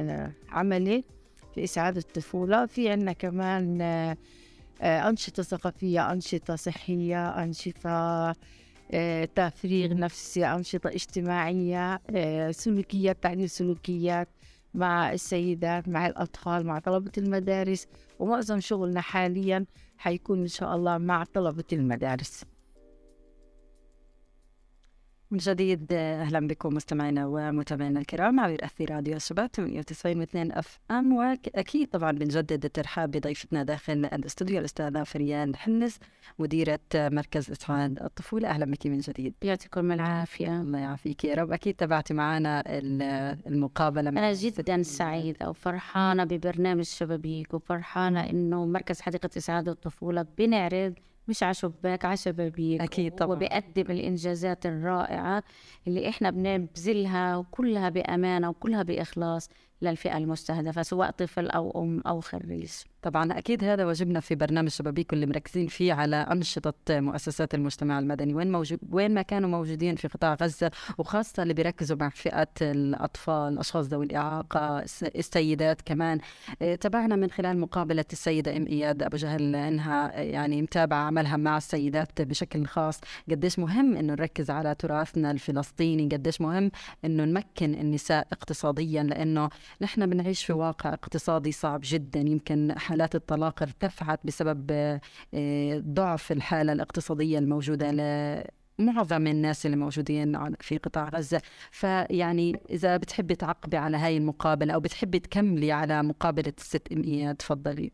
Speaker 5: بعملي في إسعاد الطفولة. في عنا كمان أنشطة ثقافية، أنشطة صحية، أنشطة تفريغ نفسي، أنشطة اجتماعية، سلوكيات، تعليم سلوكيات مع السيدات، مع الأطفال، مع طلبة المدارس. ومعظم شغلنا حاليا حيكون إن شاء الله مع طلبة المدارس.
Speaker 3: من جديد أهلا بكم مستمعينا ومتابعينا الكرام عبر أثير راديو الشباب 98.2 FM. وأكيد طبعا بنجدد الترحاب بضيفتنا داخل الاستوديو الأستاذة فريال حنس، مديرة مركز إسعاد الطفولة. أهلا بك من جديد.
Speaker 4: يعطيكم العافية.
Speaker 3: الله يعافيك يا رب. أكيد تابعتي معنا المقابلة.
Speaker 4: أنا جدا سعيدة وفرحانة ببرنامج شبابيك، وفرحانة إنه مركز حديقة إسعاد الطفولة بنعرض مش على شباك، على شبابيك.
Speaker 3: أكيد طبعا.
Speaker 4: وبيقدم الإنجازات الرائعة اللي إحنا بنبذلها وكلها بأمانة وكلها بإخلاص للفئة المستهدفة، سواء طفل أو أم أو خريج.
Speaker 3: طبعا أكيد هذا واجبنا في برنامج شبابيك اللي مركزين فيه على أنشطة مؤسسات المجتمع المدني وين ما كانوا موجودين في قطاع غزة، وخاصة اللي بيركزوا مع فئة الأطفال، الأشخاص ذوي الإعاقة، السيدات كمان. تابعنا من خلال مقابلة السيدة أم إياد أبو جهل أنها يعني متابعة عملها مع السيدات بشكل خاص، قديش مهم إنه نركز على تراثنا الفلسطيني، قديش مهم إنه نمكن النساء اقتصاديا، لأنه نحن بنعيش في واقع اقتصادي صعب جدا. يمكن حالات الطلاق ارتفعت بسبب ضعف الحالة الاقتصادية الموجودة لمعظم الناس اللي موجودين في قطاع غزة. فيعني إذا بتحبي تعقبي على هاي المقابلة أو بتحبي تكملي على مقابلة الست أم إياد، تفضلي.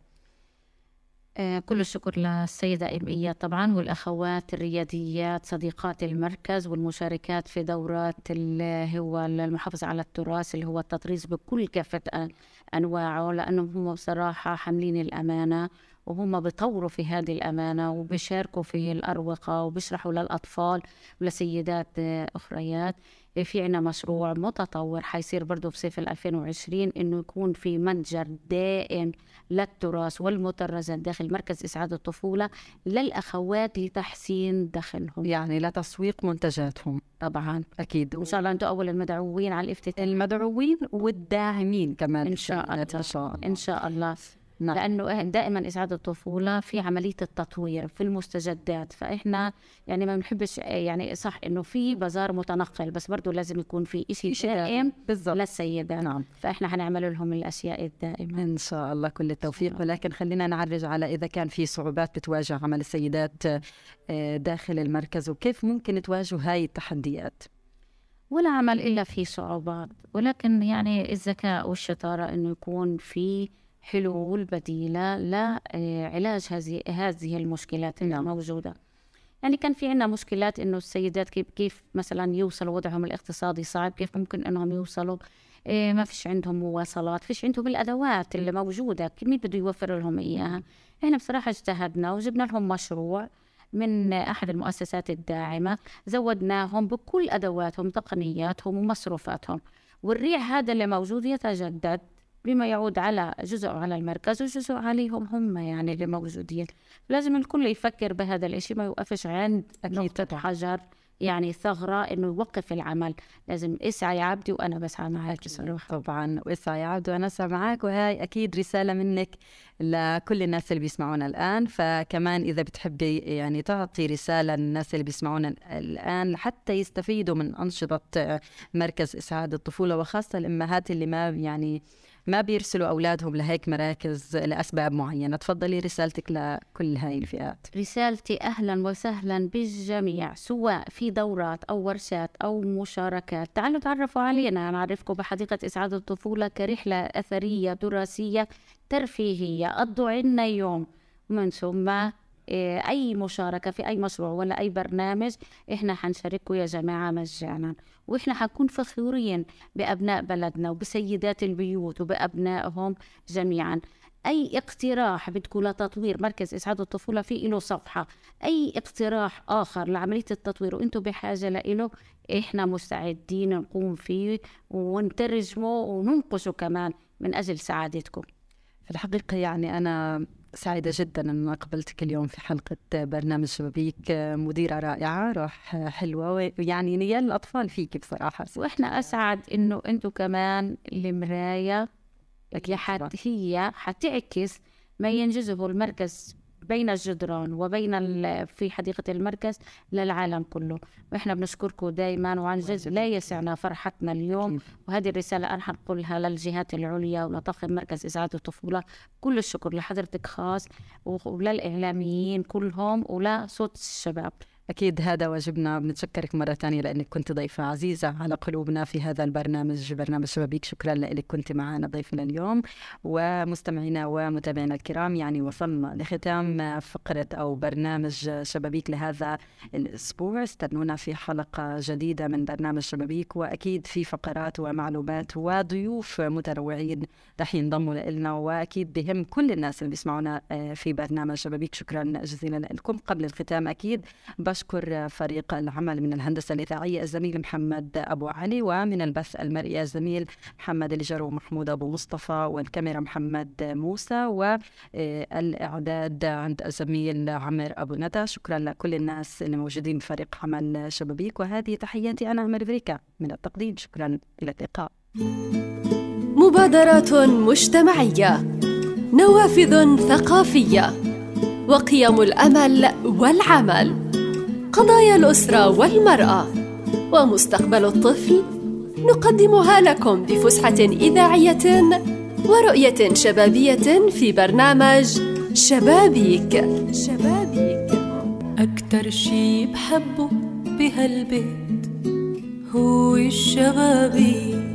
Speaker 4: كل الشكر للسيدة أم إياد طبعا، والأخوات الرياديات صديقات المركز والمشاركات في دورات اللي هو المحافظة على التراث اللي هو التطريز بكل كافة أنواعه، لأنهم هم بصراحة حاملين الأمانة وهم بيطوروا في هذه الأمانة وبيشاركوا في الأروقة وبيشرحوا للأطفال ولسيدات أخريات. في عنا مشروع متطور حيصير برضو في صيف 2020 إنه يكون في متجر دائم للتراث والمطرزات داخل مركز إسعاد الطفولة للأخوات لتحسين دخلهم،
Speaker 3: يعني لتسويق منتجاتهم.
Speaker 4: طبعا
Speaker 3: أكيد.
Speaker 4: وإن شاء الله أنتم أول المدعوين على الافتتاح،
Speaker 3: المدعوين والداعمين كمان
Speaker 4: إن شاء الله.
Speaker 3: إن شاء الله.
Speaker 4: إن شاء الله.
Speaker 3: نعم.
Speaker 4: لأنه دائما إسعاد الطفولة في عملية التطوير في المستجدات، فإحنا يعني ما بنحبش يعني صح إنه في بازار متنقل، بس برضو لازم يكون في إشي دائم للسيدات.
Speaker 3: نعم.
Speaker 4: فإحنا هنعمل لهم الأشياء الدائمة
Speaker 3: إن شاء الله كل التوفيق. ولكن خلينا نعرج على إذا كان في صعوبات بتواجه عمل السيدات داخل المركز، وكيف ممكن تواجهوا هاي التحديات.
Speaker 4: ولا عمل إلا في صعوبات، ولكن يعني الذكاء والشطارة إنه يكون في حلول بديلة لعلاج هذه المشكلات الموجودة. يعني كان في عنا مشكلات إنه السيدات كيف مثلا يوصلوا، وضعهم الاقتصادي صعب، كيف ممكن إنهم يوصلوا، ما فيش عندهم مواصلات، فيش عندهم الأدوات اللي موجودة، مين بده يوفر لهم إياها. إحنا بصراحة اجتهدنا وجبنا لهم مشروع من أحد المؤسسات الداعمة، زودناهم بكل أدواتهم، تقنياتهم ومصروفاتهم، والريع هذا اللي موجود يتجدد بما يعود على جزء على المركز وجزء عليهم هم يعني اللي موجودين. لازم الكل يفكر بهذا الاشي، ما يوقفش عند نقطة حجر يعني ثغرة إنه يوقف العمل. لازم اسعى يا عبدي وأنا بسعى معك صراحة.
Speaker 3: طبعا واسعى يا عبدي وأنا أسعى معك، وهاي أكيد رسالة منك لكل الناس اللي بيسمعونا الآن. فكمان إذا بتحبي يعني تعطي رسالة للناس اللي بيسمعونا الآن حتى يستفيدوا من أنشطة مركز إسعاد الطفولة، وخاصة الأمهات اللي ما بيرسلوا أولادهم لهيك مراكز لأسباب معينة، تفضلي رسالتك لكل هاي الفئات.
Speaker 4: رسالتي أهلا وسهلا بالجميع، سواء في دورات أو ورشات أو مشاركات، تعالوا تعرفوا علينا، نعرفكم بحديقة إسعاد الطفولة كرحلة أثرية دراسية ترفيهية. قضوا عنا يوم، ومن ثم أي مشاركة في أي مشروع ولا أي برنامج إحنا حنشاركه يا جماعة مجانا، وإحنا حنكون فخورين بأبناء بلدنا وبسيدات البيوت وبأبنائهم جميعا. أي اقتراح بدكم لتطوير مركز إسعاد الطفولة في له صفحة، أي اقتراح آخر لعملية التطوير وإنتم بحاجة له، إحنا مستعدين نقوم فيه ونترجمه وننقشه كمان من أجل سعادتكم.
Speaker 3: في الحقيقة يعني أنا سعيدة جدا أن قبلتك اليوم في حلقة برنامج شبابيك، مديرة رائعة، روح حلوة، ويعني نيال الأطفال فيك بصراحة.
Speaker 4: وإحنا أسعد إنه أنتم كمان المراية، هي حتعكس ما ينجزه المركز بين الجدران وبين في حديقة المركز للعالم كله. وإحنا بنشكركم دايما، وعن جد لا يسعنا فرحتنا اليوم. وهذه الرسالة أنا حنقولها للجهات العليا ولطاقم مركز إسعاد الطفولة. كل الشكر لحضرتك خاص، وللإعلاميين كلهم، ولصوت الشباب.
Speaker 3: أكيد هذا واجبنا. بنتشكرك مرة تانية لأنك كنت ضيفة عزيزة على قلوبنا في هذا البرنامج، برنامج شبابيك. شكرا لك كنت معنا ضيفنا اليوم. ومستمعينا ومتابعينا الكرام، يعني وصلنا لختام فقرة أو برنامج شبابيك لهذا الأسبوع. استنونا في حلقة جديدة من برنامج شبابيك، وأكيد في فقرات ومعلومات وضيوف متنوعين رح ينضموا لنا، وأكيد بهم كل الناس اللي بيسمعونا في برنامج شبابيك. شكرا جزيلا لكم. قبل الختام أكيد بشكر فريق العمل من الهندسة الإذاعية الزميل محمد أبو علي، ومن البث المرئي الزميل محمد الجرو ومحمود أبو مصطفى، والكاميرا محمد موسى، والإعداد عند الزميل عمر أبو ندى. شكرا لكل الناس اللي موجودين بفريق عمل شبابيك، وهذه تحياتي أنا عمر فريكا من التقديم. شكرا، إلى اللقاء.
Speaker 1: مبادرات مجتمعية، نوافذ ثقافية، وقيم الأمل والعمل، قضايا الأسرة والمرأة، ومستقبل الطفل، نقدمها لكم بفسحة إذاعية ورؤية شبابية في برنامج شبابيك.
Speaker 2: أكتر شي بحبه بهالبيت هو الشبابيك.